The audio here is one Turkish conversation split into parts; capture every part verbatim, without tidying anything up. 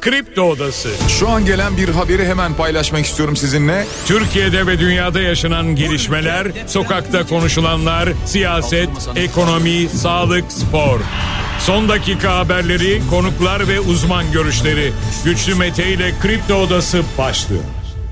Kripto Odası. Şu an gelen bir haberi hemen paylaşmak istiyorum sizinle. Türkiye'de ve dünyada yaşanan gelişmeler, sokakta konuşulanlar, siyaset, ekonomi, sağlık, spor. Son dakika haberleri, konuklar ve uzman görüşleri. Güçlü Mete ile Kripto Odası başlıyor.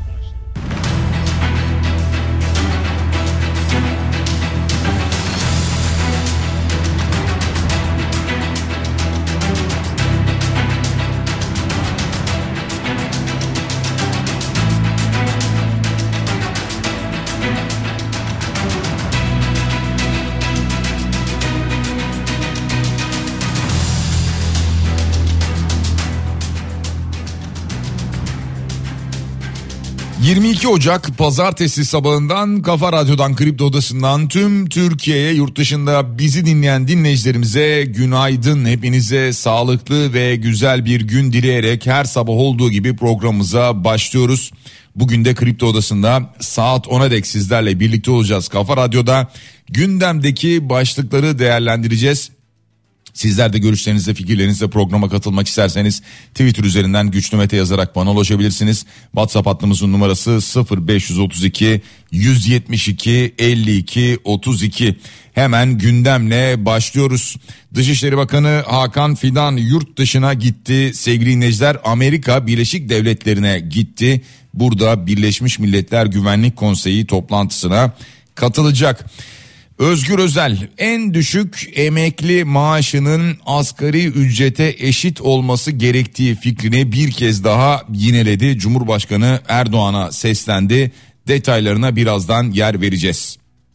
yirmi iki Ocak Pazartesi sabahından Kafa Radyo'dan, Kripto Odası'ndan tüm Türkiye'ye, yurt dışında bizi dinleyen dinleyicilerimize günaydın. Hepinize sağlıklı ve güzel bir gün dileyerek her sabah olduğu gibi programımıza başlıyoruz. Bugün de Kripto Odası'nda saat ona dek sizlerle birlikte olacağız. Kafa Radyo'da gündemdeki başlıkları değerlendireceğiz. Sizler de görüşlerinizle, fikirlerinizle programa katılmak isterseniz Twitter üzerinden Güçlü Mete yazarak bana ulaşabilirsiniz. WhatsApp hattımızın numarası sıfır beş otuz iki yüz yetmiş iki elli iki otuz iki. Hemen gündemle başlıyoruz. Dışişleri Bakanı Hakan Fidan yurt dışına gitti. Sevgili dinleyiciler, Amerika Birleşik Devletleri'ne gitti. Burada Birleşmiş Milletler Güvenlik Konseyi toplantısına katılacak. Özgür Özel, en düşük emekli maaşının asgari ücrete eşit olması gerektiği fikrini bir kez daha yineledi. Cumhurbaşkanı Erdoğan'a seslendi. Detaylarına birazdan yer vereceğiz.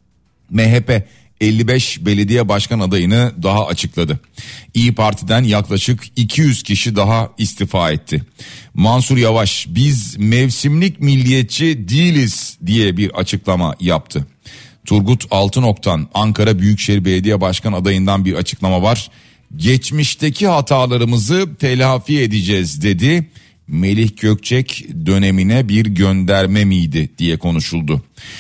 M H P elli beş belediye başkan adayını daha açıkladı. İYİ Parti'den yaklaşık iki yüz kişi daha istifa etti. Mansur Yavaş, biz mevsimlik milliyetçi değiliz diye bir açıklama yaptı. Turgut Altınok'tan Ankara Büyükşehir Belediye Başkan adayından bir açıklama var. Geçmişteki hatalarımızı telafi edeceğiz dedi. Melih Gökçek dönemine bir gönderme miydi diye konuşuldu.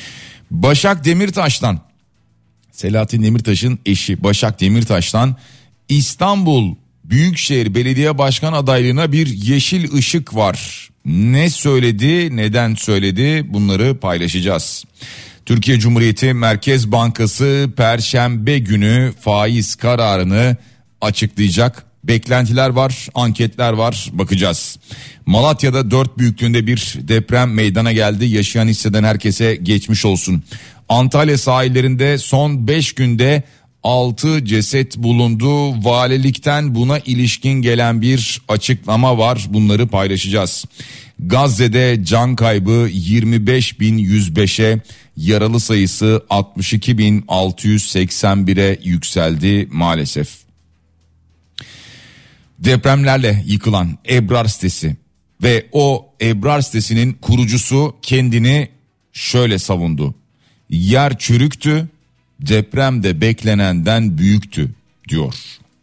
Başak Demirtaş'tan, Selahattin Demirtaş'ın eşi Başak Demirtaş'tan İstanbul Büyükşehir Belediye Başkan adaylığına bir yeşil ışık var. Ne söyledi, neden söyledi, bunları paylaşacağız. Türkiye Cumhuriyeti Merkez Bankası Perşembe günü faiz kararını açıklayacak. Beklentiler var, anketler var, bakacağız. Malatya'da dört büyüklüğünde bir deprem meydana geldi. Yaşayan, hisseden herkese geçmiş olsun. Antalya sahillerinde son beş günde altı ceset bulundu. Valilikten buna ilişkin gelen bir açıklama var. Bunları paylaşacağız. Gazze'de can kaybı yirmi beş bin yüz beşe, yaralı sayısı altmış iki bin altı yüz seksen bire yükseldi maalesef. Depremlerle yıkılan Ebrar sitesi ve o Ebrar sitesinin kurucusu kendini şöyle savundu. Yer çürüktü, deprem de beklenenden büyüktü diyor.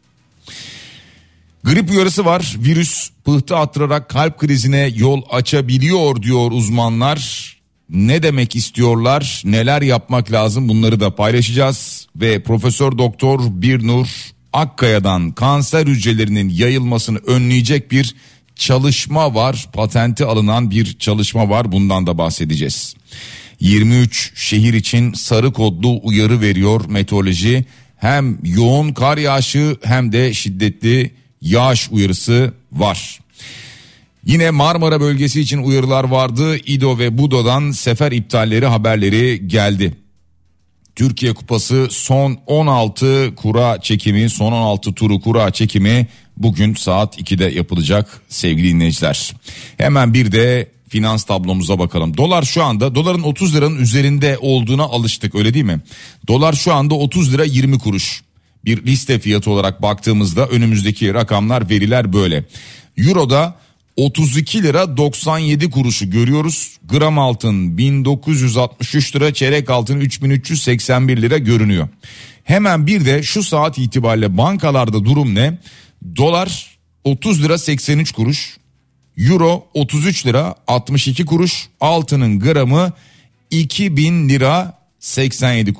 Grip uyarısı var. Virüs pıhtı attırarak kalp krizine yol açabiliyor diyor uzmanlar. Ne demek istiyorlar? Neler yapmak lazım? Bunları da paylaşacağız. Ve Profesör Doktor Birnur Akkaya'dan kanser hücrelerinin yayılmasını önleyecek bir çalışma var. Patenti alınan bir çalışma var. Bundan da bahsedeceğiz. yirmi üç şehir için sarı kodlu uyarı veriyor meteoroloji. Hem yoğun kar yağışı hem de şiddetli yağış uyarısı var. Yine Marmara bölgesi için uyarılar vardı. İdo ve Budo'dan sefer iptalleri haberleri geldi. Türkiye Kupası son on altı kura çekimi, son on altı turu kura çekimi bugün saat ikide yapılacak sevgili dinleyiciler. Hemen bir de finans tablomuza bakalım. Dolar şu anda, doların otuz liranın üzerinde olduğuna alıştık, öyle değil mi? Dolar şu anda otuz lira yirmi kuruş. Bir liste fiyatı olarak baktığımızda önümüzdeki rakamlar, veriler böyle. Euro'da otuz iki lira doksan yedi kuruşu görüyoruz. Gram altın bin dokuz yüz altmış üç lira, çeyrek altın üç bin üç yüz seksen bir lira görünüyor. Hemen bir de şu saat itibariyle bankalarda durum ne? Dolar otuz lira seksen üç kuruş. Euro otuz üç lira altmış iki kuruş. Altının gramı iki bin lira seksen yedi kuruş.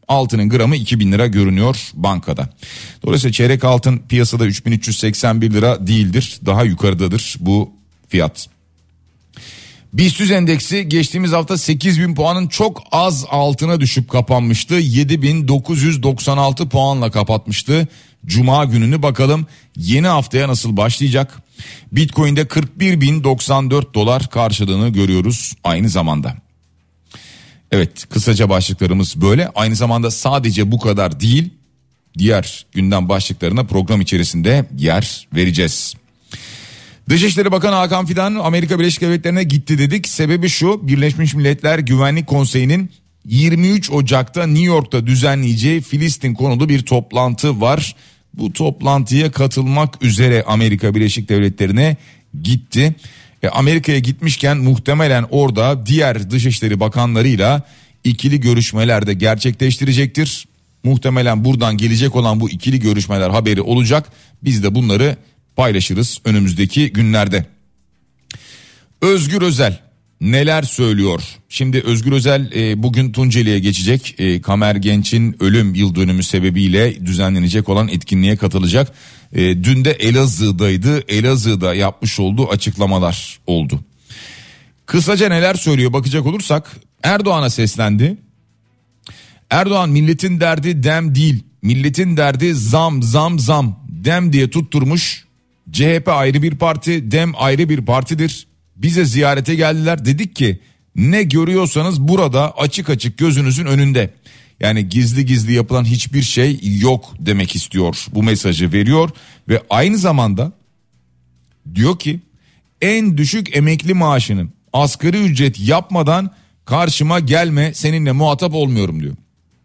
Altının gramı iki bin lira görünüyor bankada. Dolayısıyla çeyrek altın piyasada üç bin üç yüz seksen bir lira değildir. Daha yukarıdadır bu fiyat. BIST yüz endeksi geçtiğimiz hafta sekiz bin puanın çok az altına düşüp kapanmıştı. yedi bin dokuz yüz doksan altı puanla kapatmıştı. Cuma gününü bakalım yeni haftaya nasıl başlayacak? Bitcoin'de kırk bir bin doksan dört dolar karşılığını görüyoruz aynı zamanda. Evet, kısaca başlıklarımız böyle. Aynı zamanda sadece bu kadar değil, diğer gündem başlıklarına program içerisinde yer vereceğiz. Dışişleri Bakanı Hakan Fidan Amerika Birleşik Devletleri'ne gitti dedik. Sebebi şu: Birleşmiş Milletler Güvenlik Konseyi'nin yirmi üç Ocak'ta New York'ta düzenleyeceği Filistin konulu bir toplantı var. Bu toplantıya katılmak üzere Amerika Birleşik Devletleri'ne gitti. E, Amerika'ya gitmişken muhtemelen orada diğer dışişleri bakanlarıyla ikili görüşmeler de gerçekleştirecektir. Muhtemelen buradan gelecek olan bu ikili görüşmeler haberi olacak. Biz de bunları paylaşırız önümüzdeki günlerde. Özgür Özel neler söylüyor? Şimdi Özgür Özel e, bugün Tunceli'ye geçecek. E, Kamer Genç'in ölüm yıl dönümü sebebiyle düzenlenecek olan etkinliğe katılacak. E, dün de Elazığ'daydı. Elazığ'da yapmış olduğu açıklamalar oldu. Kısaca neler söylüyor bakacak olursak, Erdoğan'a seslendi. Erdoğan milletin derdi dem değil, milletin derdi zam zam zam, dem diye tutturmuş. C H P ayrı bir parti, dem ayrı bir partidir. Bize ziyarete geldiler, dedik ki ne görüyorsanız burada açık açık gözünüzün önünde. Yani gizli gizli yapılan hiçbir şey yok demek istiyor, bu mesajı veriyor. Ve aynı zamanda diyor ki en düşük emekli maaşının asgari ücret yapmadan karşıma gelme, seninle muhatap olmuyorum diyor.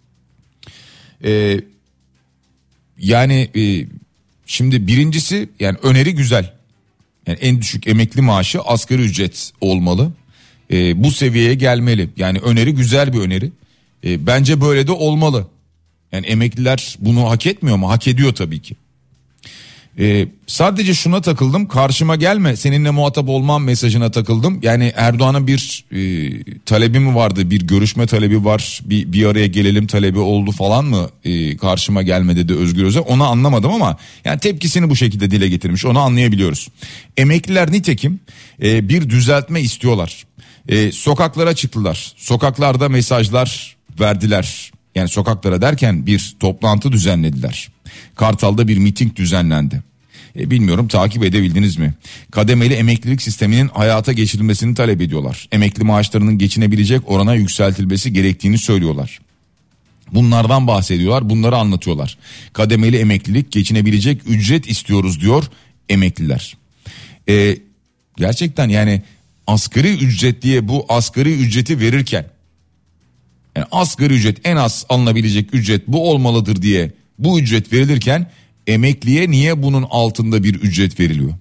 Ee, yani e, şimdi birincisi, yani öneri güzel. Yani en düşük emekli maaşı asgari ücret olmalı. Ee, bu seviyeye gelmeli. Yani öneri güzel bir öneri. Ee, bence böyle de olmalı. Yani emekliler bunu hak etmiyor mu? Hak ediyor tabii ki. Ee, sadece şuna takıldım, karşıma gelme seninle muhatap olmam mesajına takıldım. Yani Erdoğan'a bir e, talebi mi vardı, bir görüşme talebi var, bir, bir araya gelelim talebi oldu falan mı, e, karşıma gelme dedi Özgür Özel, onu anlamadım ama yani tepkisini bu şekilde dile getirmiş, onu anlayabiliyoruz. Emekliler nitekim e, bir düzeltme istiyorlar. E, sokaklara çıktılar, sokaklarda mesajlar verdiler. Yani sokaklara derken bir toplantı düzenlediler. Kartal'da bir miting düzenlendi. E, bilmiyorum takip edebildiniz mi? Kademeli emeklilik sisteminin hayata geçirilmesini talep ediyorlar. Emekli maaşlarının geçinebilecek orana yükseltilmesi gerektiğini söylüyorlar. Bunlardan bahsediyorlar, bunları anlatıyorlar. Kademeli emeklilik, geçinebilecek ücret istiyoruz diyor emekliler. E, gerçekten yani asgari ücret diye bu asgari ücreti verirken, yani asgari ücret, en az alınabilecek ücret bu olmalıdır diye bu ücret verilirken emekliye niye bunun altında bir ücret veriliyor?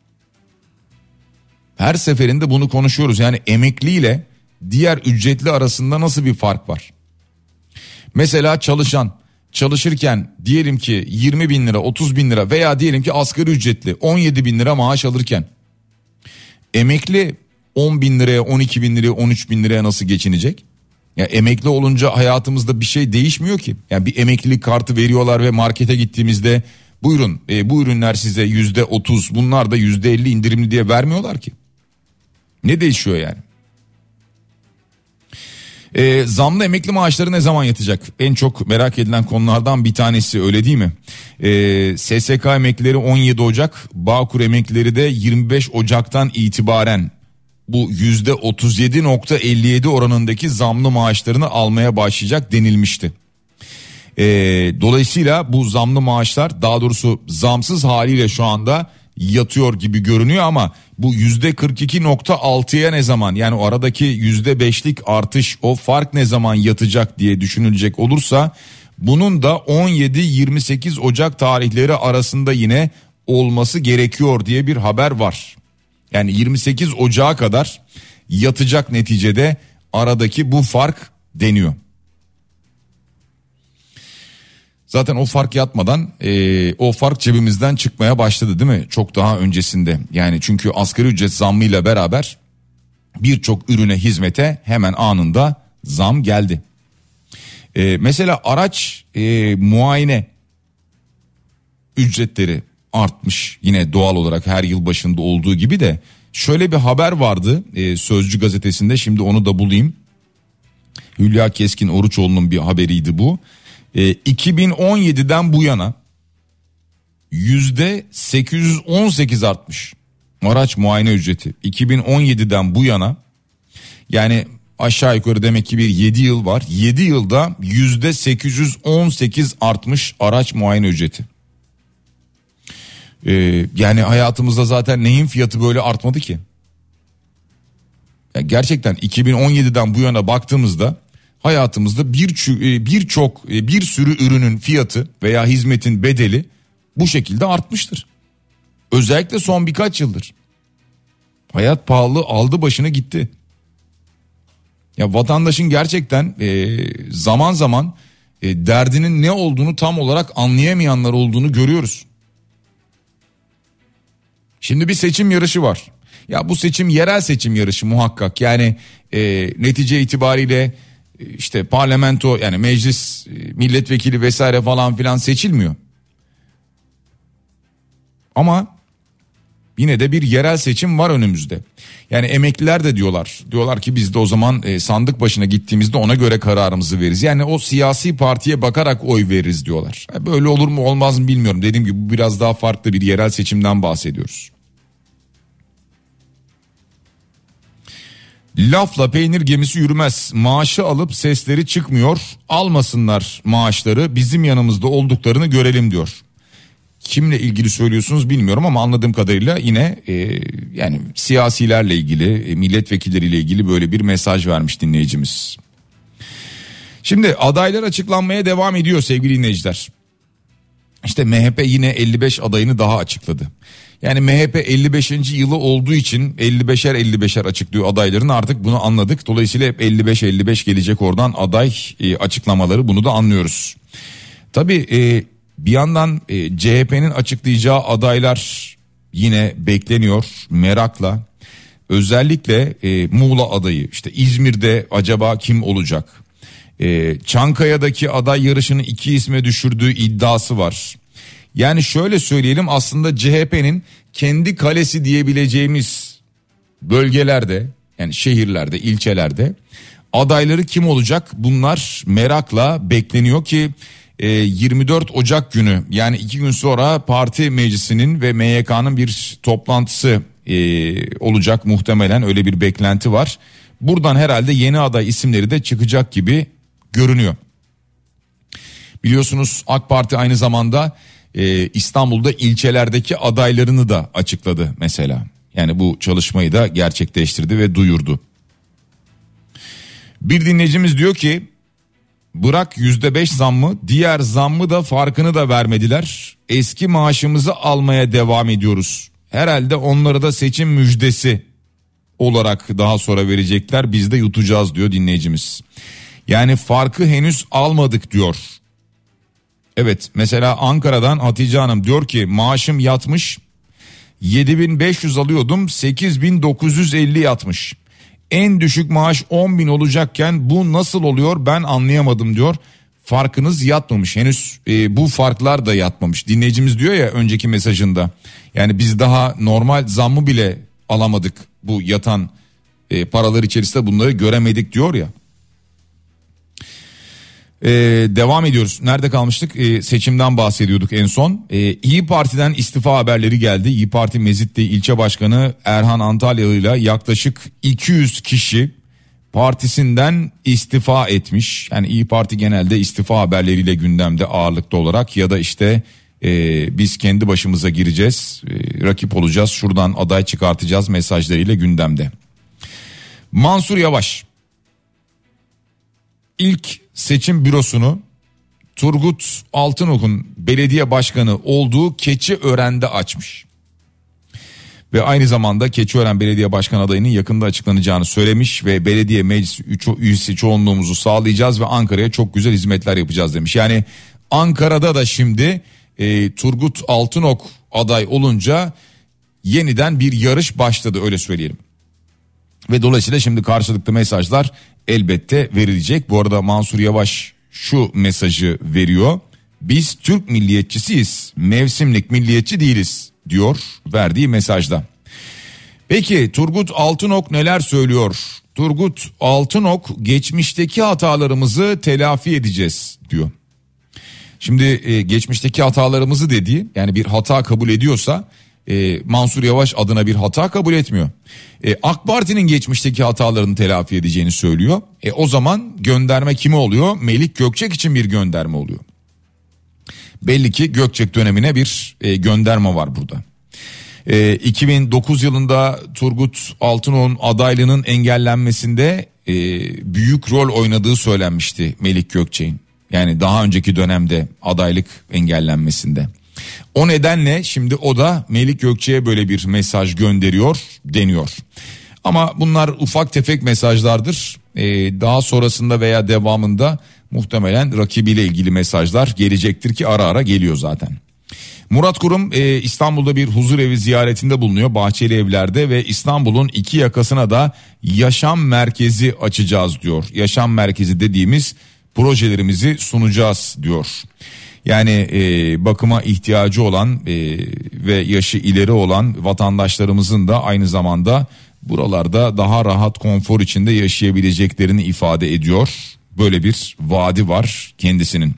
Her seferinde bunu konuşuyoruz. Yani emekli ile diğer ücretli arasında nasıl bir fark var? Mesela çalışan çalışırken diyelim ki yirmi bin lira, otuz bin lira veya diyelim ki asgari ücretli on yedi bin lira maaş alırken emekli on bin liraya, on iki bin liraya, on üç bin liraya nasıl geçinecek? Ya emekli olunca hayatımızda bir şey değişmiyor ki. Yani bir emeklilik kartı veriyorlar ve markete gittiğimizde buyurun e, bu ürünler size yüzde otuz, bunlar da yüzde elli indirimli diye vermiyorlar ki. Ne değişiyor yani? E, zamlı emekli maaşları ne zaman yatacak? En çok merak edilen konulardan bir tanesi, öyle değil mi? E, S S K emeklileri on yedi Ocak, Bağkur emeklileri de yirmi beş Ocak'tan itibaren bu yüzde otuz yedi nokta elli yedi oranındaki zamlı maaşlarını almaya başlayacak denilmişti. Ee, dolayısıyla bu zamlı maaşlar, daha doğrusu zamsız haliyle şu anda yatıyor gibi görünüyor ama bu yüzde kırk iki nokta altıya ne zaman, yani o aradaki yüzde beşlik artış, o fark ne zaman yatacak diye düşünülecek olursa bunun da on yedi yirmi sekiz Ocak tarihleri arasında yine olması gerekiyor diye bir haber var. Yani yirmi sekiz Ocak'a kadar yatacak neticede aradaki bu fark deniyor. Zaten o fark yatmadan e, o fark cebimizden çıkmaya başladı değil mi? Çok daha öncesinde. Yani çünkü asgari ücret zammıyla beraber birçok ürüne, hizmete hemen anında zam geldi. Ee, mesela araç e, muayene ücretleri artmış yine doğal olarak her yıl başında olduğu gibi de. Şöyle bir haber vardı e, Sözcü gazetesinde, şimdi onu da bulayım. Hülya Keskin Oruçoğlu'nun bir haberiydi bu. E, iki bin on yediden bu yana yüzde sekiz yüz on sekiz artmış araç muayene ücreti. iki bin on yediden bu yana, yani aşağı yukarı demek ki bir yedi yıl var. yedi yılda yüzde sekiz yüz on sekiz artmış araç muayene ücreti. Ee, yani hayatımızda zaten neyin fiyatı böyle artmadı ki? Yani gerçekten iki bin on yediden bu yana baktığımızda hayatımızda birçok birçok bir sürü ürünün fiyatı veya hizmetin bedeli bu şekilde artmıştır. Özellikle son birkaç yıldır. Hayat pahalı aldı başını gitti. Ya vatandaşın gerçekten e, zaman zaman e, derdinin ne olduğunu tam olarak anlayamayanlar olduğunu görüyoruz. Şimdi bir seçim yarışı var. Ya bu seçim yerel seçim yarışı muhakkak. Yani e, netice itibariyle e, işte parlamento, yani meclis, e, milletvekili vesaire falan filan seçilmiyor. Ama yine de bir yerel seçim var önümüzde. Yani emekliler de diyorlar. Diyorlar ki biz de o zaman e, sandık başına gittiğimizde ona göre kararımızı veririz. Yani o siyasi partiye bakarak oy veririz diyorlar. Böyle olur mu olmaz mı bilmiyorum. Dediğim gibi bu biraz daha farklı bir yerel seçimden bahsediyoruz. Lafla peynir gemisi yürümez. Maaşı alıp sesleri çıkmıyor. Almasınlar maaşları, bizim yanımızda olduklarını görelim diyor. Kimle ilgili söylüyorsunuz bilmiyorum ama anladığım kadarıyla yine e, yani siyasilerle ilgili, e, milletvekilleriyle ilgili böyle bir mesaj vermiş dinleyicimiz. Şimdi adaylar açıklanmaya devam ediyor sevgili dinleyiciler. İşte M H P yine elli beş adayını daha açıkladı. Yani M H P elli beşinci yılı olduğu için elli beşer elli beşer açıklıyor adaylarını, artık bunu anladık. Dolayısıyla hep elli beş elli beş gelecek oradan aday e, açıklamaları, bunu da anlıyoruz. Tabii e, bir yandan e, C H P'nin açıklayacağı adaylar yine bekleniyor merakla. Özellikle e, Muğla adayı, işte İzmir'de acaba kim olacak? E, Çankaya'daki aday yarışını iki isme düşürdüğü iddiası var. Yani şöyle söyleyelim, aslında C H P'nin kendi kalesi diyebileceğimiz bölgelerde, yani şehirlerde, ilçelerde adayları kim olacak? Bunlar merakla bekleniyor ki yirmi dört Ocak günü, yani iki gün sonra parti meclisinin ve M Y K'nın bir toplantısı e, olacak muhtemelen, öyle bir beklenti var. Buradan herhalde yeni aday isimleri de çıkacak gibi görünüyor. Biliyorsunuz AK Parti aynı zamanda e, İstanbul'da ilçelerdeki adaylarını da açıkladı mesela. Yani bu çalışmayı da gerçekleştirdi ve duyurdu. Bir dinleyicimiz diyor ki, bırak yüzde beş zammı, diğer zammı da farkını da vermediler. Eski maaşımızı almaya devam ediyoruz. Herhalde onları da seçim müjdesi olarak daha sonra verecekler, biz de yutacağız diyor dinleyicimiz. Yani farkı henüz almadık diyor. Evet, mesela Ankara'dan Hatice Hanım diyor ki maaşım yatmış, yedi bin beş yüz alıyordum, sekiz bin dokuz yüz elli yatmış. En düşük maaş on bin olacakken bu nasıl oluyor ben anlayamadım diyor. Farkınız yatmamış henüz, e, bu farklar da yatmamış. Dinleyicimiz diyor ya önceki mesajında, yani biz daha normal zammı bile alamadık, bu yatan e, paralar içerisinde bunları göremedik diyor ya. Ee, devam ediyoruz. Nerede kalmıştık? Ee, seçimden bahsediyorduk en son. Ee, İyi Parti'den istifa haberleri geldi. İyi Parti Mezitli ilçe başkanı Erhan Antalyalı ile yaklaşık iki yüz kişi partisinden istifa etmiş. Yani İyi Parti genelde istifa haberleriyle gündemde ağırlıklı olarak, ya da işte e, biz kendi başımıza gireceğiz, e, rakip olacağız, şuradan aday çıkartacağız mesajlarıyla gündemde. Mansur Yavaş İlk seçim bürosunu Turgut Altınok'un belediye başkanı olduğu Keçiören'de açmış. Ve aynı zamanda Keçiören Belediye Başkan adayının yakında açıklanacağını söylemiş ve belediye meclis üyesi çoğunluğumuzu sağlayacağız ve Ankara'ya çok güzel hizmetler yapacağız demiş. Yani Ankara'da da şimdi e, Turgut Altınok aday olunca yeniden bir yarış başladı, öyle söyleyelim. Ve dolayısıyla şimdi karşılıklı mesajlar elbette verilecek. Bu arada Mansur Yavaş şu mesajı veriyor. Biz Türk milliyetçisiyiz, mevsimlik milliyetçi değiliz diyor verdiği mesajda. Peki Turgut Altınok neler söylüyor? Turgut Altınok geçmişteki hatalarımızı telafi edeceğiz diyor. Şimdi e, geçmişteki hatalarımızı dediği, yani bir hata kabul ediyorsa e, Mansur Yavaş adına bir hata kabul etmiyor. E, AK Parti'nin geçmişteki hatalarını telafi edeceğini söylüyor. E, o zaman gönderme kime oluyor? Melik Gökçek için bir gönderme oluyor. Belli ki Gökçek dönemine bir e, gönderme var burada. E, iki bin dokuz yılında Turgut Altınok'un adaylığının engellenmesinde e, büyük rol oynadığı söylenmişti Melik Gökçek'in. Yani daha önceki dönemde adaylık engellenmesinde. O nedenle şimdi o da Melik Gökçek'e böyle bir mesaj gönderiyor deniyor. Ama bunlar ufak tefek mesajlardır. Ee, daha sonrasında veya devamında muhtemelen rakibiyle ilgili mesajlar gelecektir ki ara ara geliyor zaten. Murat Kurum e, İstanbul'da bir huzurevi ziyaretinde bulunuyor Bahçeli Evler'de ve İstanbul'un iki yakasına da yaşam merkezi açacağız diyor. Yaşam merkezi dediğimiz projelerimizi sunacağız diyor. Yani e, bakıma ihtiyacı olan e, ve yaşı ileri olan vatandaşlarımızın da aynı zamanda buralarda daha rahat konfor içinde yaşayabileceklerini ifade ediyor. Böyle bir vaadi var kendisinin.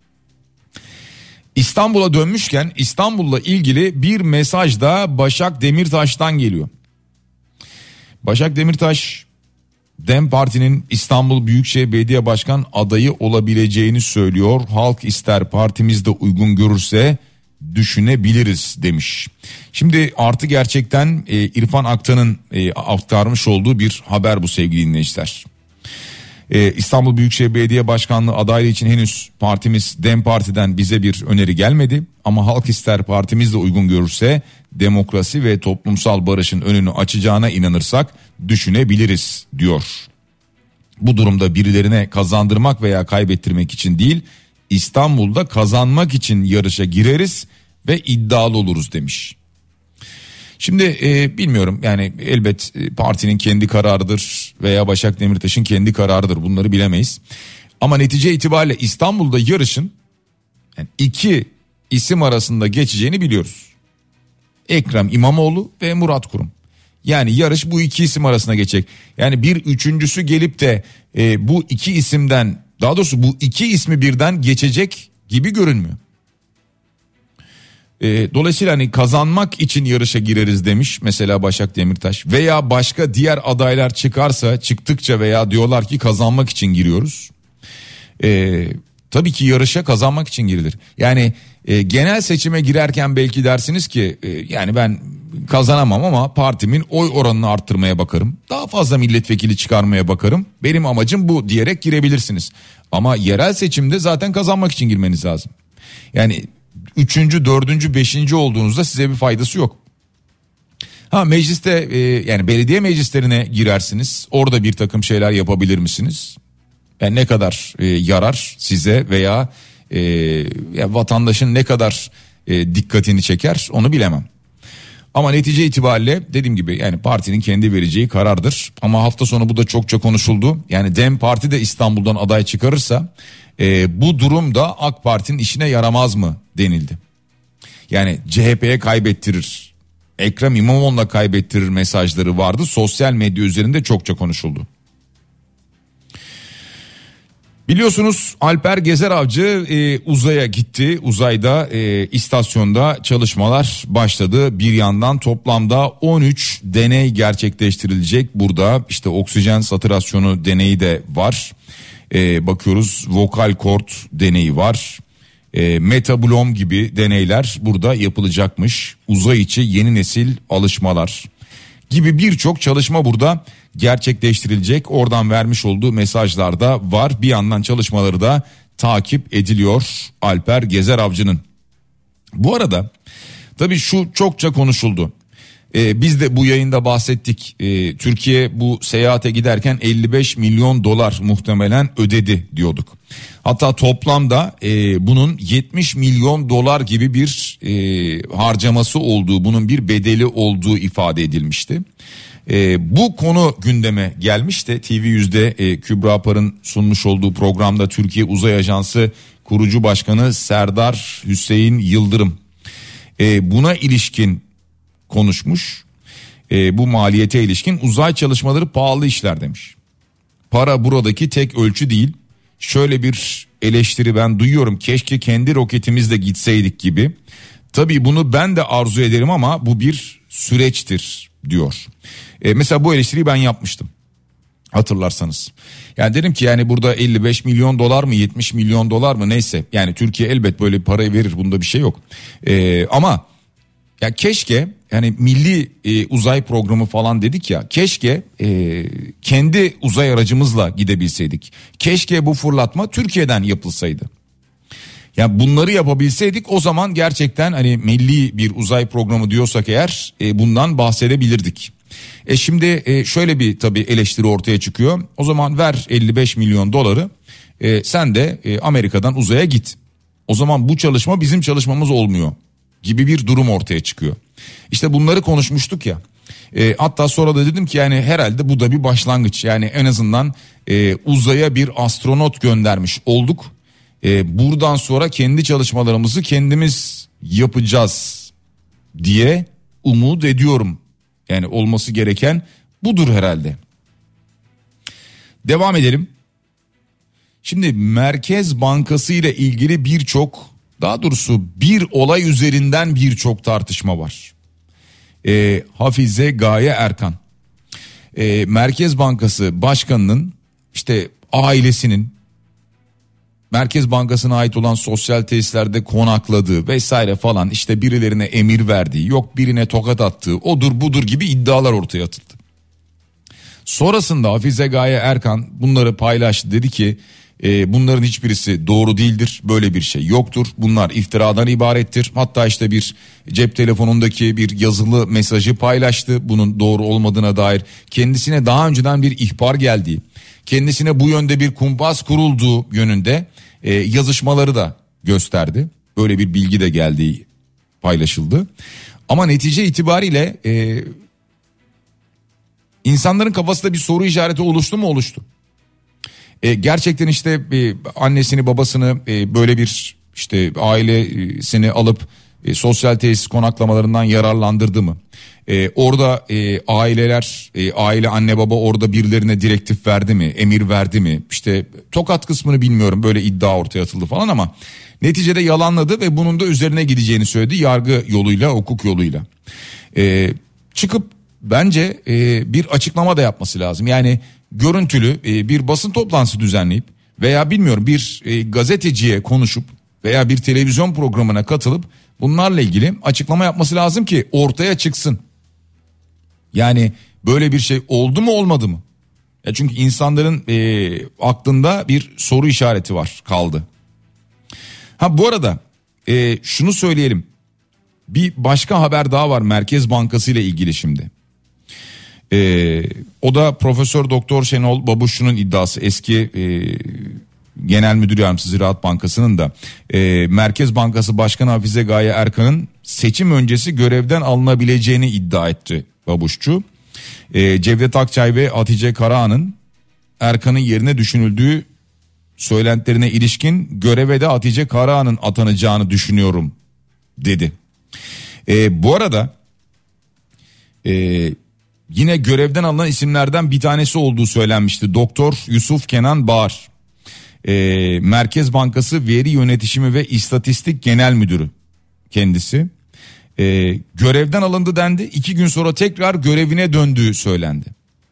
İstanbul'a dönmüşken İstanbul'la ilgili bir mesaj da Başak Demirtaş'tan geliyor. Başak Demirtaş DEM Parti'nin İstanbul Büyükşehir Belediye Başkan adayı olabileceğini söylüyor. Halk ister partimiz de uygun görürse düşünebiliriz demiş. Şimdi artı gerçekten e, İrfan Aktan'ın e, aktarmış olduğu bir haber bu sevgili dinleyiciler. E, İstanbul Büyükşehir Belediye Başkanlığı adaylığı için henüz partimiz DEM Parti'den bize bir öneri gelmedi. Ama halk ister partimiz de uygun görürse demokrasi ve toplumsal barışın önünü açacağına inanırsak düşünebiliriz diyor. Bu durumda birilerine kazandırmak veya kaybettirmek için değil, İstanbul'da kazanmak için yarışa gireriz ve iddialı oluruz demiş. Şimdi e, bilmiyorum yani elbet e, partinin kendi kararıdır veya Başak Demirtaş'ın kendi kararıdır, bunları bilemeyiz. Ama netice itibariyle İstanbul'da yarışın yani iki isim arasında geçeceğini biliyoruz. Ekrem İmamoğlu ve Murat Kurum. Yani yarış bu iki isim arasında geçecek. Yani bir üçüncüsü gelip de e, bu iki isimden, daha doğrusu bu iki ismi birden geçecek gibi görünmüyor. E, dolayısıyla hani kazanmak için yarışa gireriz demiş mesela Başak Demirtaş. Veya başka diğer adaylar çıkarsa, çıktıkça veya diyorlar ki kazanmak için giriyoruz. E, tabii ki yarışa kazanmak için girilir. Yani e, genel seçime girerken belki dersiniz ki e, yani ben kazanamam ama partimin oy oranını arttırmaya bakarım. Daha fazla milletvekili çıkarmaya bakarım. Benim amacım bu diyerek girebilirsiniz. Ama yerel seçimde zaten kazanmak için girmeniz lazım. Yani üçüncü, dördüncü, beşinci olduğunuzda size bir faydası yok. Ha mecliste e, yani belediye meclislerine girersiniz. Orada bir takım şeyler yapabilir misiniz? Yani ne kadar e, yarar size veya e, ya vatandaşın ne kadar e, dikkatini çeker onu bilemem. Ama netice itibariyle dediğim gibi yani partinin kendi vereceği karardır. Ama hafta sonu bu da çokça konuşuldu. Yani DEM Parti de İstanbul'dan aday çıkarırsa e, bu durum da AK Parti'nin işine yaramaz mı denildi. Yani C H P'ye kaybettirir, Ekrem İmamoğlu'na kaybettirir mesajları vardı. Sosyal medya üzerinde çokça konuşuldu. Biliyorsunuz Alper Gezeravcı e, uzaya gitti. Uzayda e, istasyonda çalışmalar başladı. Bir yandan toplamda on üç deney gerçekleştirilecek. Burada işte oksijen satürasyonu deneyi de var. E, bakıyoruz vokal kort deneyi var. E, metabolom gibi deneyler burada yapılacakmış. Uzay içi yeni nesil alışmalar gibi birçok çalışma burada gerçekleştirilecek. Oradan vermiş olduğu mesajlar da var. Bir yandan çalışmaları da takip ediliyor Alper Gezeravcı'nın. Bu arada tabii şu çokça konuşuldu. Ee, biz de bu yayında bahsettik. Ee, Türkiye bu seyahate giderken elli beş milyon dolar muhtemelen ödedi diyorduk. Hatta toplamda e, bunun yetmiş milyon dolar gibi bir e, harcaması olduğu, bunun bir bedeli olduğu ifade edilmişti. E, bu konu gündeme gelmişti. T V yüzde e, Kübra Par'ın sunmuş olduğu programda Türkiye Uzay Ajansı kurucu başkanı Serdar Hüseyin Yıldırım e, buna ilişkin konuşmuş. E, bu maliyete ilişkin uzay çalışmaları pahalı işler demiş. Para buradaki tek ölçü değil. Şöyle bir eleştiri ben duyuyorum, keşke kendi roketimizle gitseydik gibi. Tabii bunu ben de arzu ederim ama bu bir süreçtir diyor. E, mesela bu eleştiriyi ben yapmıştım, hatırlarsanız. Yani dedim ki yani burada elli beş milyon dolar mı, yetmiş milyon dolar mı, neyse. Yani Türkiye elbet böyle bir parayı verir, bunda bir şey yok. E, ama ya keşke, yani milli e, uzay programı falan dedik ya, keşke e, kendi uzay aracımızla gidebilseydik. Keşke bu fırlatma Türkiye'den yapılsaydı. Yani bunları yapabilseydik, o zaman gerçekten hani milli bir uzay programı diyorsak eğer e, bundan bahsedebilirdik. E şimdi e, şöyle bir tabii eleştiri ortaya çıkıyor. O zaman ver elli beş milyon doları, e, sen de e, Amerika'dan uzaya git. O zaman bu çalışma bizim çalışmamız olmuyor gibi bir durum ortaya çıkıyor. İşte bunları konuşmuştuk ya. E, hatta sonra da dedim ki yani herhalde bu da bir başlangıç. Yani en azından e, uzaya bir astronot göndermiş olduk. E, buradan sonra kendi çalışmalarımızı kendimiz yapacağız diye umut ediyorum. Yani olması gereken budur herhalde. Devam edelim. Şimdi Merkez Bankası ile ilgili birçok, daha doğrusu bir olay üzerinden birçok tartışma var. E, Hafize Gaye Erkan, e, Merkez Bankası Başkanı'nın işte ailesinin Merkez Bankası'na ait olan sosyal tesislerde konakladığı vesaire falan, işte birilerine emir verdiği, yok birine tokat attığı, odur budur gibi iddialar ortaya atıldı. Sonrasında Hafize Gaye Erkan bunları paylaştı, dedi ki e, bunların hiçbirisi doğru değildir, böyle bir şey yoktur, bunlar iftiradan ibarettir. Hatta işte bir cep telefonundaki bir yazılı mesajı paylaştı, bunun doğru olmadığına dair. Kendisine daha önceden bir ihbar geldiği, kendisine bu yönde bir kumpas kurulduğu yönünde e, yazışmaları da gösterdi. Böyle bir bilgi de geldiği paylaşıldı. Ama netice itibariyle e, insanların kafasında bir soru işareti oluştu mu? Oluştu. E, gerçekten işte e, annesini babasını e, böyle bir işte ailesini alıp e, sosyal tesis konaklamalarından yararlandırdı mı? E, orada e, aileler, e, aile anne baba orada birilerine direktif verdi mi, emir verdi mi? İşte tokat kısmını bilmiyorum, böyle iddia ortaya atıldı falan ama neticede yalanladı ve bunun da üzerine gideceğini söyledi, yargı yoluyla, hukuk yoluyla. E, çıkıp bence e, bir açıklama da yapması lazım. Yani görüntülü e, bir basın toplantısı düzenleyip veya bilmiyorum bir e, gazeteciye konuşup veya bir televizyon programına katılıp bunlarla ilgili açıklama yapması lazım ki ortaya çıksın. Yani böyle bir şey oldu mu, olmadı mı? Ya çünkü insanların e, aklında bir soru işareti var, kaldı. Ha bu arada e, şunu söyleyelim. Bir başka haber daha var Merkez Bankası ile ilgili şimdi. E, o da Profesör Doktor Şenol Babuşçu'nun iddiası, eski e, Genel Müdür Yardımcısı Ziraat Bankası'nın da e, Merkez Bankası Başkanı Hafize Gaye Erkan'ın seçim öncesi görevden alınabileceğini iddia etti Babuşçu. E, Cevdet Akçay ve Hatice Karahan'ın Erkan'ın yerine düşünüldüğü söylentilerine ilişkin göreve de Hatice Karahan'ın atanacağını düşünüyorum dedi. E, bu arada e, yine görevden alınan isimlerden bir tanesi olduğu söylenmişti. Doktor Yusuf Kenan Bağır, e, Merkez Bankası Veri Yönetişimi ve İstatistik Genel Müdürü kendisi. E, görevden alındı dendi. İki gün sonra tekrar görevine döndüğü söylendi.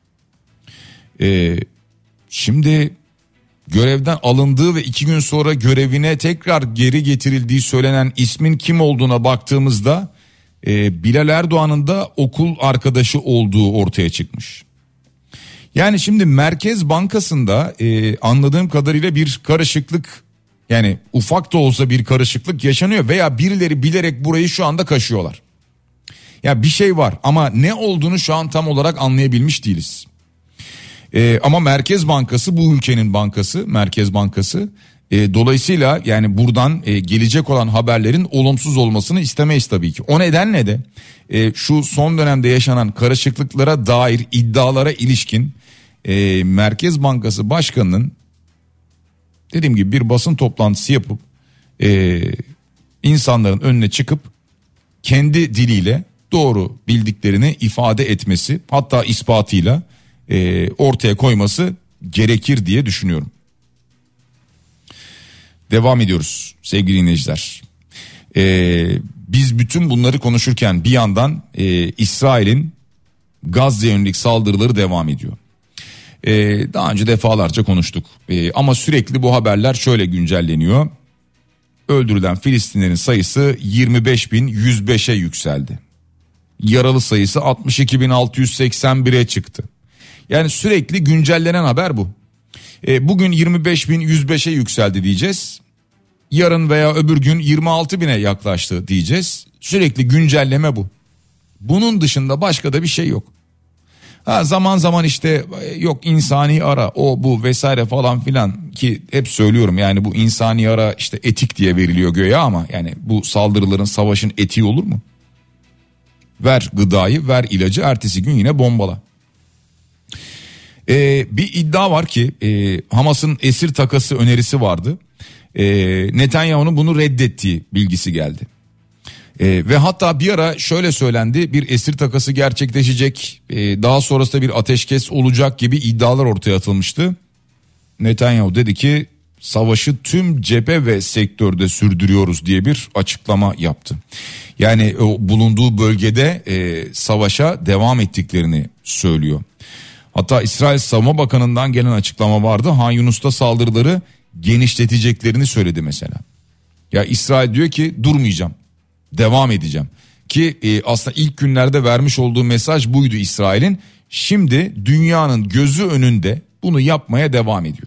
E, şimdi görevden alındığı ve iki gün sonra görevine tekrar geri getirildiği söylenen ismin kim olduğuna baktığımızda e, Bilal Erdoğan'ın da okul arkadaşı olduğu ortaya çıkmış. Yani şimdi Merkez Bankası'nda e, anladığım kadarıyla bir karışıklık, yani ufak da olsa bir karışıklık yaşanıyor veya birileri bilerek burayı şu anda kaşıyorlar. Ya bir şey var ama ne olduğunu şu an tam olarak anlayabilmiş değiliz. Ee, ama Merkez Bankası bu ülkenin bankası, Merkez Bankası E, dolayısıyla yani buradan e, gelecek olan haberlerin olumsuz olmasını istemeyiz tabii ki. O nedenle de e, şu son dönemde yaşanan karışıklıklara dair iddialara ilişkin e, Merkez Bankası Başkanı'nın dediğim gibi bir basın toplantısı yapıp e, insanların önüne çıkıp kendi diliyle doğru bildiklerini ifade etmesi, hatta ispatıyla e, ortaya koyması gerekir diye düşünüyorum. Devam ediyoruz sevgili dinleyiciler. Ee, biz bütün bunları konuşurken bir yandan e, İsrail'in Gazze'ye yönelik saldırıları devam ediyor. Ee, daha önce defalarca konuştuk ee, ama sürekli bu haberler şöyle güncelleniyor. Öldürülen Filistinlerin sayısı yirmi beş bin yüz beşe yükseldi. Yaralı sayısı altmış iki bin altı yüz seksen bire çıktı. Yani sürekli güncellenen haber bu. E, bugün yirmi beş bin yüz beşe yükseldi diyeceğiz. Yarın veya öbür gün yirmi altı bine yaklaştı diyeceğiz. Sürekli güncelleme bu. Bunun dışında başka da bir şey yok. Ha, zaman zaman işte yok insani ara o bu vesaire falan filan ki hep söylüyorum yani bu insani ara işte etik diye veriliyor göğe ama yani bu saldırıların savaşın etiği olur mu? Ver gıdayı, ver ilacı, ertesi gün yine bombala. Ee, bir iddia var ki e, Hamas'ın esir takası önerisi vardı. E, Netanyahu'nun bunu reddettiği bilgisi geldi. E, ve hatta bir ara şöyle söylendi, bir esir takası gerçekleşecek, e, daha sonrasında bir ateşkes olacak gibi iddialar ortaya atılmıştı. Netanyahu dedi ki savaşı tüm cephe ve sektörde sürdürüyoruz diye bir açıklama yaptı. Yani o bulunduğu bölgede e, savaşa devam ettiklerini söylüyor. Hatta İsrail Savunma Bakanı'ndan gelen açıklama vardı. Han Yunus'ta saldırıları genişleteceklerini söyledi mesela. Ya İsrail diyor ki durmayacağım, devam edeceğim. Ki e, aslında ilk günlerde vermiş olduğu mesaj buydu İsrail'in. Şimdi dünyanın gözü önünde bunu yapmaya devam ediyor.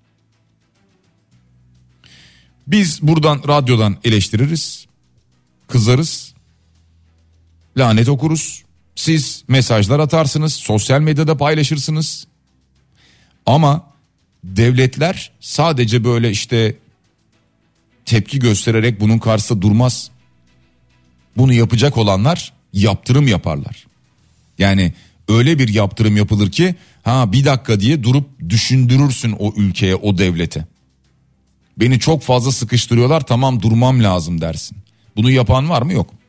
Biz buradan radyodan eleştiririz, kızarız, lanet okuruz. Siz mesajlar atarsınız, sosyal medyada paylaşırsınız. Ama devletler sadece böyle işte tepki göstererek bunun karşısında durmaz. Bunu yapacak olanlar yaptırım yaparlar. Yani öyle bir yaptırım yapılır ki ha bir dakika diye durup düşündürürsün o ülkeye, o devlete. Beni çok fazla sıkıştırıyorlar, tamam durmam lazım dersin. Bunu yapan var mı? Yok.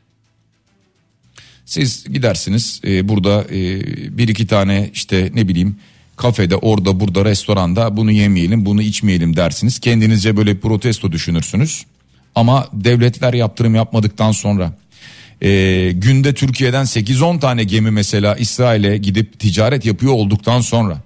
Siz gidersiniz e, burada e, bir iki tane işte ne bileyim kafede, orada burada, restoranda bunu yemeyelim, bunu içmeyelim dersiniz. Kendinizce böyle protesto düşünürsünüz. Ama devletler yaptırım yapmadıktan sonra e, günde Türkiye'den sekiz on tane gemi mesela İsrail'e gidip ticaret yapıyor olduktan sonra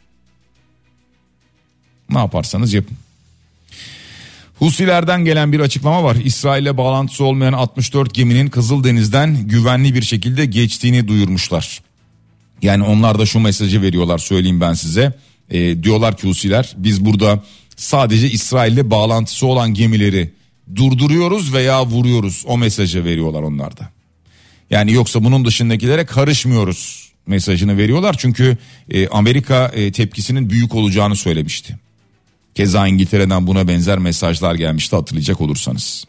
ne yaparsanız yapın. Husilerden gelen bir açıklama var. İsrail'le bağlantısı olmayan altmış dört geminin Kızıldeniz'den güvenli bir şekilde geçtiğini duyurmuşlar. Yani onlar da şu mesajı veriyorlar, söyleyeyim ben size. E, diyorlar ki Husiler, biz burada sadece İsrail'le bağlantısı olan gemileri durduruyoruz veya vuruyoruz. O mesajı veriyorlar onlar da. Yani yoksa bunun dışındakilere karışmıyoruz mesajını veriyorlar. Çünkü e, Amerika e, tepkisinin büyük olacağını söylemişti. Keza İngiltere'den buna benzer mesajlar gelmişti, hatırlayacak olursanız.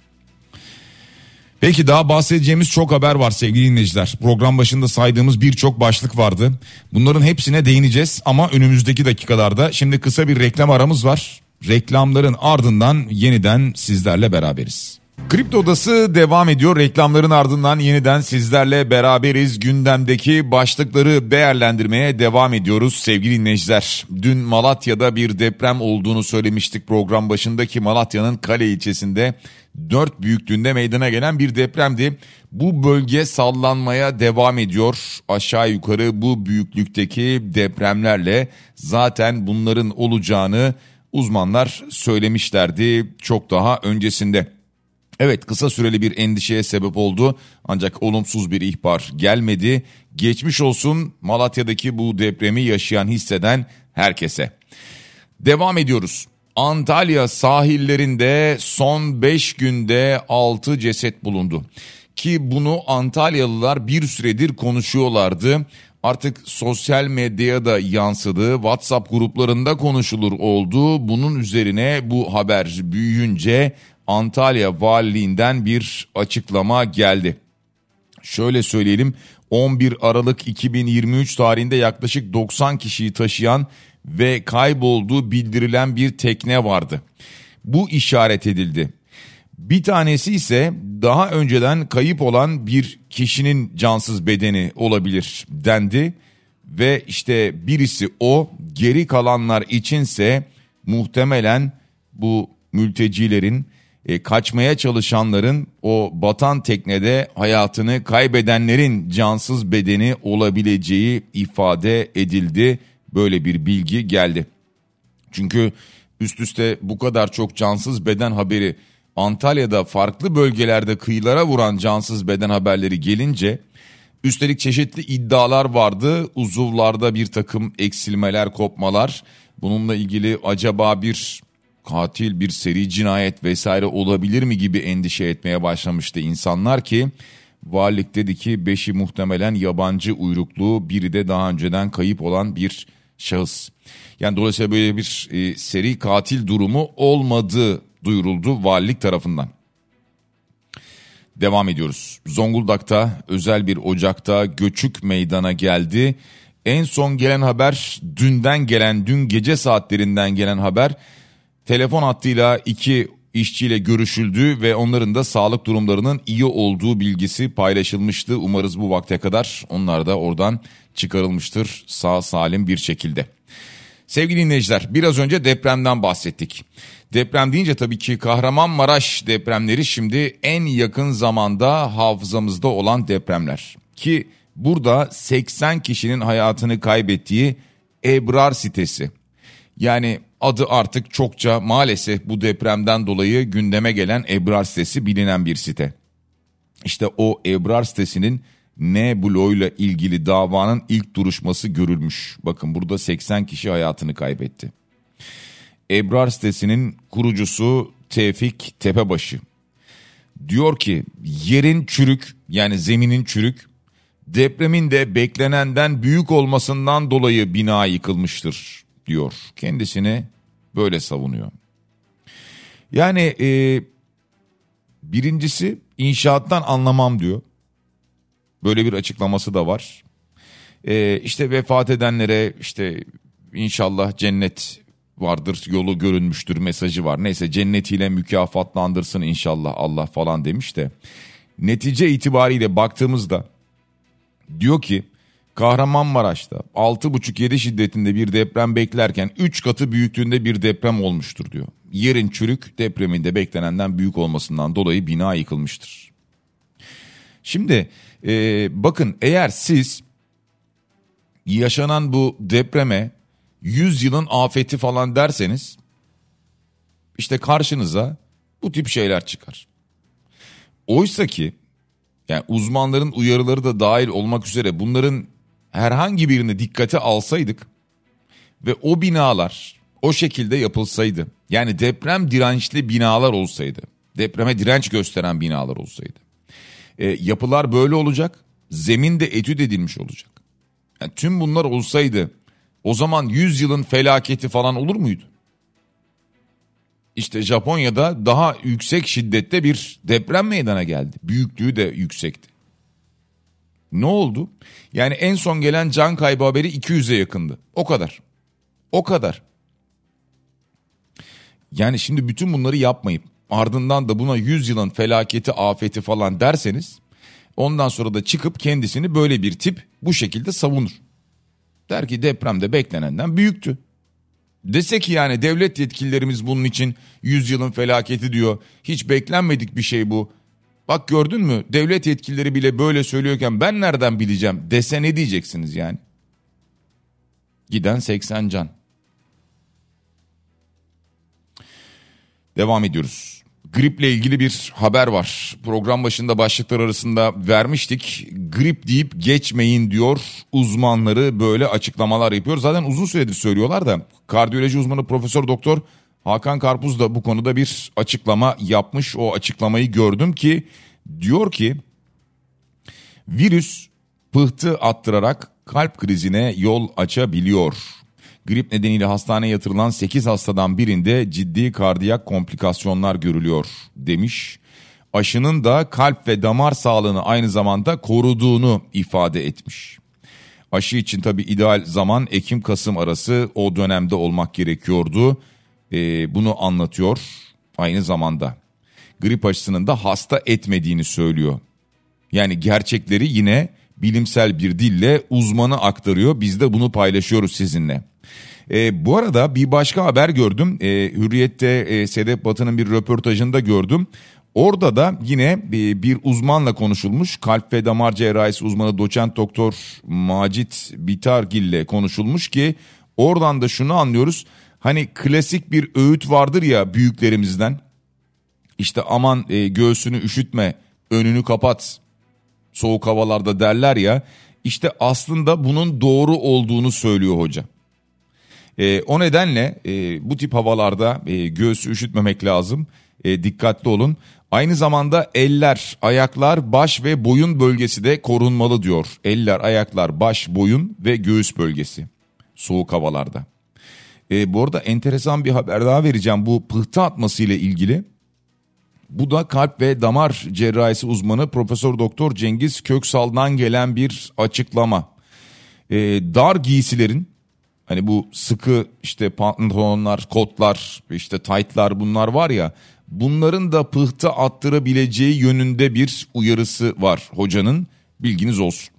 Peki daha bahsedeceğimiz çok haber var sevgili dinleyiciler. Program başında saydığımız birçok başlık vardı. Bunların hepsine değineceğiz ama önümüzdeki dakikalarda. Şimdi kısa bir reklam aramız var. Reklamların ardından yeniden sizlerle beraberiz. Kripto Odası devam ediyor. Reklamların ardından yeniden sizlerle beraberiz. Gündemdeki başlıkları değerlendirmeye devam ediyoruz sevgili dinleyiciler. Dün Malatya'da bir deprem olduğunu söylemiştik program başındaki. Malatya'nın Kale ilçesinde dört büyüklüğünde meydana gelen bir depremdi. Bu bölge sallanmaya devam ediyor. Aşağı yukarı bu büyüklükteki depremlerle zaten bunların olacağını uzmanlar söylemişlerdi çok daha öncesinde. Evet, kısa süreli bir endişeye sebep oldu ancak olumsuz bir ihbar gelmedi. Geçmiş olsun Malatya'daki bu depremi yaşayan, hisseden herkese. Devam ediyoruz. Antalya sahillerinde son beş günde altı ceset bulundu. ki bunu Antalyalılar bir süredir konuşuyorlardı. Artık sosyal medyaya da yansıdı, WhatsApp gruplarında konuşulur oldu. Bunun üzerine bu haber büyüyünce Antalya Valiliğinden bir açıklama geldi. Şöyle söyleyelim, on bir Aralık iki bin yirmi üç tarihinde yaklaşık doksan kişiyi taşıyan ve kaybolduğu bildirilen bir tekne vardı. Bu işaret edildi. Bir tanesi ise daha önceden kayıp olan bir kişinin cansız bedeni olabilir dendi. Ve işte birisi o, geri kalanlar içinse muhtemelen bu mültecilerin, e, kaçmaya çalışanların, o batan teknede hayatını kaybedenlerin cansız bedeni olabileceği ifade edildi. Böyle bir bilgi geldi. Çünkü üst üste bu kadar çok cansız beden haberi, Antalya'da farklı bölgelerde kıyılara vuran cansız beden haberleri gelince, üstelik çeşitli iddialar vardı. Uzuvlarda bir takım eksilmeler, kopmalar. Bununla ilgili acaba bir katil, bir seri cinayet vesaire olabilir mi gibi endişe etmeye başlamıştı insanlar ki valilik dedi ki beşi muhtemelen yabancı uyruklu, biri de daha önceden kayıp olan bir şahıs. Yani dolayısıyla böyle bir e, seri katil durumu olmadığı duyuruldu valilik tarafından. Devam ediyoruz. Zonguldak'ta özel bir ocakta göçük meydana geldi. En son gelen haber, dünden gelen, dün gece saatlerinden gelen haber, telefon hattıyla iki işçiyle görüşüldü ve onların da sağlık durumlarının iyi olduğu bilgisi paylaşılmıştı. Umarız bu vakte kadar onlar da oradan çıkarılmıştır sağ salim bir şekilde. Sevgili dinleyiciler, biraz önce depremden bahsettik. Deprem deyince tabii ki Kahramanmaraş depremleri şimdi en yakın zamanda hafızamızda olan depremler. Ki burada seksen kişinin hayatını kaybettiği Ebrar sitesi. Yani adı artık çokça maalesef bu depremden dolayı gündeme gelen Ebrar sitesi bilinen bir site. İşte o Ebrar sitesinin N bloğuyla ilgili davanın ilk duruşması görülmüş. Bakın burada seksen kişi hayatını kaybetti. Ebrar sitesinin kurucusu Tevfik Tepebaşı diyor ki yerin çürük, yani zeminin çürük, depremin de beklenenden büyük olmasından dolayı bina yıkılmıştır diyor. Kendisini böyle savunuyor. Yani e, birincisi inşaattan anlamam diyor. Böyle bir açıklaması da var. E, işte vefat edenlere işte inşallah cennet vardır, yolu görünmüştür mesajı var. Neyse, cennetiyle mükafatlandırsın inşallah Allah falan demiş de. Netice itibariyle baktığımızda diyor ki Kahramanmaraş'ta altı buçuk yedi şiddetinde bir deprem beklerken üç katı büyüklüğünde bir deprem olmuştur diyor. Yerin çürük, depremin de beklenenden büyük olmasından dolayı bina yıkılmıştır. Şimdi e, bakın, eğer siz yaşanan bu depreme yüz yılın afeti falan derseniz işte karşınıza bu tip şeyler çıkar. Oysa ki yani uzmanların uyarıları da dahil olmak üzere bunların herhangi birini dikkate alsaydık ve o binalar o şekilde yapılsaydı, yani deprem dirençli binalar olsaydı, depreme direnç gösteren binalar olsaydı, e, yapılar böyle olacak, zemin de etüt edilmiş olacak. Yani tüm bunlar olsaydı o zaman yüz yılın felaketi falan olur muydu? İşte Japonya'da daha yüksek şiddette bir deprem meydana geldi. Büyüklüğü de yüksekti. Ne oldu? Yani en son gelen can kaybı haberi iki yüze yakındı. O kadar. O kadar. Yani şimdi bütün bunları yapmayıp ardından da buna yüz yılın felaketi, afeti falan derseniz ondan sonra da çıkıp kendisini böyle bir tip bu şekilde savunur. Der ki depremde beklenenden büyüktü. Dese ki yani devlet yetkililerimiz bunun için yüz yılın felaketi diyor. Hiç beklenmedik bir şey bu. Bak gördün mü, devlet yetkilileri bile böyle söylüyorken ben nereden bileceğim dese ne diyeceksiniz yani? Giden seksen can. Devam ediyoruz. Griple ilgili bir haber var. Program başında başlıklar arasında vermiştik. Grip deyip geçmeyin diyor uzmanları, böyle açıklamalar yapıyor. Zaten uzun süredir söylüyorlar da kardiyoloji uzmanı Profesör Doktor Hakan Karpuz da bu konuda bir açıklama yapmış. O açıklamayı gördüm ki diyor ki Virüs pıhtı attırarak kalp krizine yol açabiliyor. Grip nedeniyle hastaneye yatırılan sekiz hastadan birinde ciddi kardiyak komplikasyonlar görülüyor demiş. Aşının da kalp ve damar sağlığını aynı zamanda koruduğunu ifade etmiş. Aşı için tabii ideal zaman Ekim-Kasım arası, o dönemde olmak gerekiyordu. Ee, bunu anlatıyor aynı zamanda. Grip aşısının da hasta etmediğini söylüyor. Yani gerçekleri yine bilimsel bir dille uzmanı aktarıyor. Biz de bunu paylaşıyoruz sizinle. E, bu arada bir başka haber gördüm. E, Hürriyet'te e, Sedef Batı'nın bir röportajında gördüm. Orada da yine bir, bir uzmanla konuşulmuş. Kalp ve damar cerrahisi uzmanı doçent doktor Macit Bitargil ile konuşulmuş ki oradan da şunu anlıyoruz. Hani klasik bir öğüt vardır ya büyüklerimizden. İşte aman e, göğsünü üşütme, önünü kapat, soğuk havalarda derler ya. İşte aslında bunun doğru olduğunu söylüyor hoca. E, o nedenle e, bu tip havalarda e, göğsü üşütmemek lazım. E, dikkatli olun. Aynı zamanda eller, ayaklar, baş ve boyun bölgesi de korunmalı diyor. Eller, ayaklar, baş, boyun ve göğüs bölgesi soğuk havalarda. E, bu arada enteresan bir haber daha vereceğim bu pıhtı atması ile ilgili. Bu da kalp ve damar cerrahisi uzmanı Profesör Doktor Cengiz Köksal'dan gelen bir açıklama. E, dar giysilerin, hani bu sıkı işte pantolonlar, kotlar, işte taytlar, bunlar var ya, bunların da pıhtı attırabileceği yönünde bir uyarısı var hocanın, bilginiz olsun.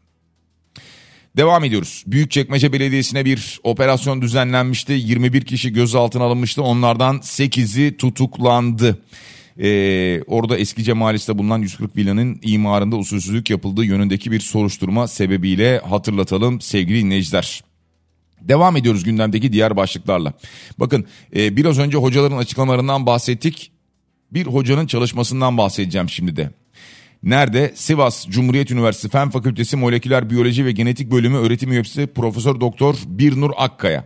Devam ediyoruz. Büyükçekmece Belediyesi'ne bir operasyon düzenlenmişti. yirmi bir kişi gözaltına alınmıştı. Onlardan sekizi tutuklandı. Ee, orada Eskice Mahallesi'nde bulunan yüz kırk villanın imarında usulsüzlük yapıldığı yönündeki bir soruşturma sebebiyle hatırlatalım sevgili dinleyiciler. Devam ediyoruz gündemdeki diğer başlıklarla. Bakın e, biraz önce hocaların açıklamalarından bahsettik. Bir hocanın çalışmasından bahsedeceğim şimdi de. Nerede? Sivas Cumhuriyet Üniversitesi Fen Fakültesi Moleküler Biyoloji ve Genetik Bölümü öğretim üyesi Profesör Doktor Birnur Akkaya.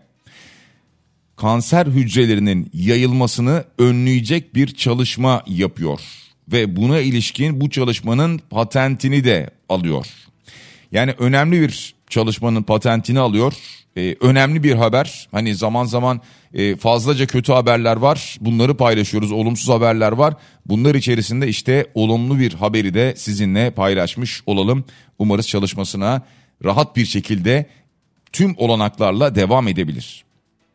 Kanser hücrelerinin yayılmasını önleyecek bir çalışma yapıyor. Ve buna ilişkin bu çalışmanın patentini de alıyor. Yani önemli bir çalışmanın patentini alıyor. Ee, önemli bir haber. Hani zaman zaman e, fazlaca kötü haberler var. Bunları paylaşıyoruz. Olumsuz haberler var. Bunlar içerisinde işte olumlu bir haberi de sizinle paylaşmış olalım. Umarız çalışmasına rahat bir şekilde tüm olanaklarla devam edebilir.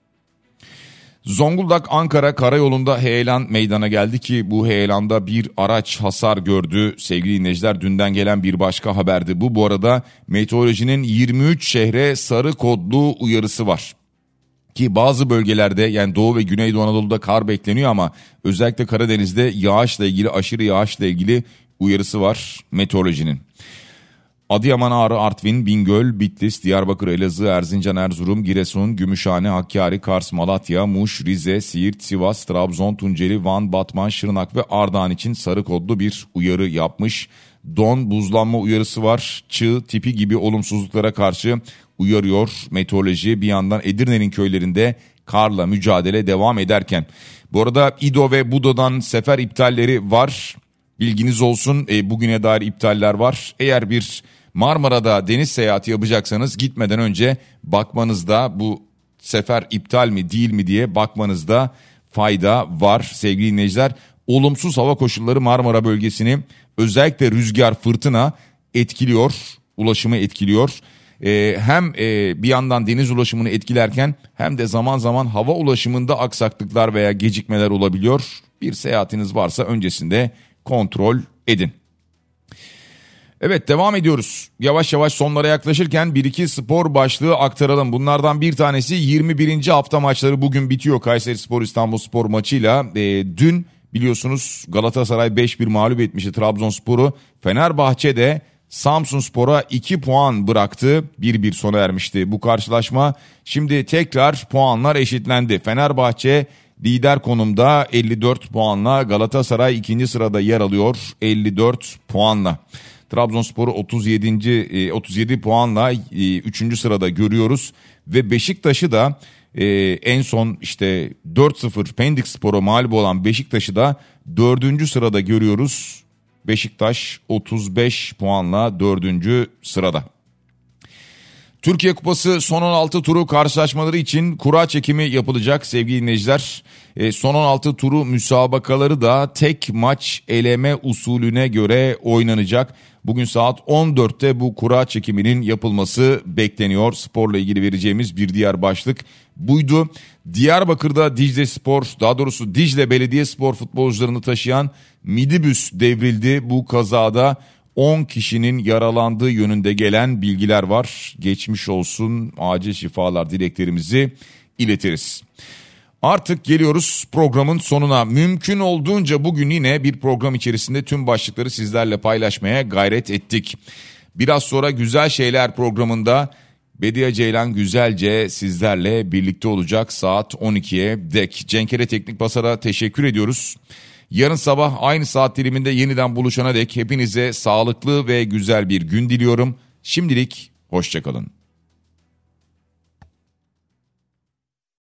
Zonguldak-Ankara karayolunda heyelan meydana geldi ki bu heyelanda bir araç hasar gördü. Sevgili dinleyiciler, dünden gelen bir başka haberdi bu. Bu arada meteorolojinin yirmi üç şehre sarı kodlu uyarısı var. Ki bazı bölgelerde, yani Doğu ve Güneydoğu Anadolu'da kar bekleniyor ama özellikle Karadeniz'de yağışla ilgili, aşırı yağışla ilgili uyarısı var meteorolojinin. Adıyaman, Ağrı, Artvin, Bingöl, Bitlis, Diyarbakır, Elazığ, Erzincan, Erzurum, Giresun, Gümüşhane, Hakkari, Kars, Malatya, Muş, Rize, Siirt, Sivas, Trabzon, Tunceli, Van, Batman, Şırnak ve Ardahan için sarı kodlu bir uyarı yapmış. Don, buzlanma uyarısı var. Çığ tipi gibi olumsuzluklara karşı uyarıyor meteoroloji. Bir yandan Edirne'nin köylerinde karla mücadele devam ederken. Bu arada İdo ve Budo'dan sefer iptalleri var. Bilginiz olsun, e, bugüne dair iptaller var. Eğer bir Marmara'da deniz seyahati yapacaksanız gitmeden önce bakmanızda, bu sefer iptal mi değil mi diye bakmanızda fayda var sevgili dinleyiciler. Olumsuz hava koşulları Marmara bölgesini, özellikle rüzgar, fırtına etkiliyor, ulaşımı etkiliyor. Ee, hem e, bir yandan deniz ulaşımını etkilerken hem de zaman zaman hava ulaşımında aksaklıklar veya gecikmeler olabiliyor. Bir seyahatiniz varsa öncesinde kontrol edin. Evet, devam ediyoruz. Yavaş yavaş sonlara yaklaşırken bir iki spor başlığı aktaralım. Bunlardan bir tanesi yirmi birinci hafta maçları bugün bitiyor. Kayserispor İstanbulspor maçıyla. E, dün biliyorsunuz Galatasaray beş bir mağlup etmişti Trabzonspor'u. Fenerbahçe de Samsunspor'a iki puan bıraktı. bir bir sona ermişti bu karşılaşma. Şimdi tekrar puanlar eşitlendi. Fenerbahçe lider konumda elli dört puanla, Galatasaray ikinci sırada yer alıyor elli dört puanla. Trabzonspor'u otuz yedinci otuz yedi puanla üçüncü sırada görüyoruz ve Beşiktaş'ı da e, en son işte dört sıfır Pendikspor'a mağlup olan Beşiktaş'ı da dördüncü sırada görüyoruz Beşiktaş otuz beş puanla dördüncü sırada. Türkiye Kupası son on altı turu karşılaşmaları için kura çekimi yapılacak sevgili dinleyiciler. E, son on altı turu müsabakaları da tek maç eleme usulüne göre oynanacak. Bugün saat on dörtte bu kura çekiminin yapılması bekleniyor. Sporla ilgili vereceğimiz bir diğer başlık buydu. Diyarbakır'da Dicle Spor, daha doğrusu Dicle Belediyespor futbolcularını taşıyan midibüs devrildi. Bu kazada on kişinin yaralandığı yönünde gelen bilgiler var. Geçmiş olsun, acil şifalar dileklerimizi iletiriz. Artık geliyoruz programın sonuna. Mümkün olduğunca bugün yine bir program içerisinde tüm başlıkları sizlerle paylaşmaya gayret ettik. Biraz sonra Güzel Şeyler programında Bediye Ceylan Güzelce sizlerle birlikte olacak saat on ikiye dek. Cenkere Teknik Basar'a teşekkür ediyoruz. Yarın sabah aynı saat diliminde yeniden buluşana dek hepinize sağlıklı ve güzel bir gün diliyorum. Şimdilik hoşça kalın.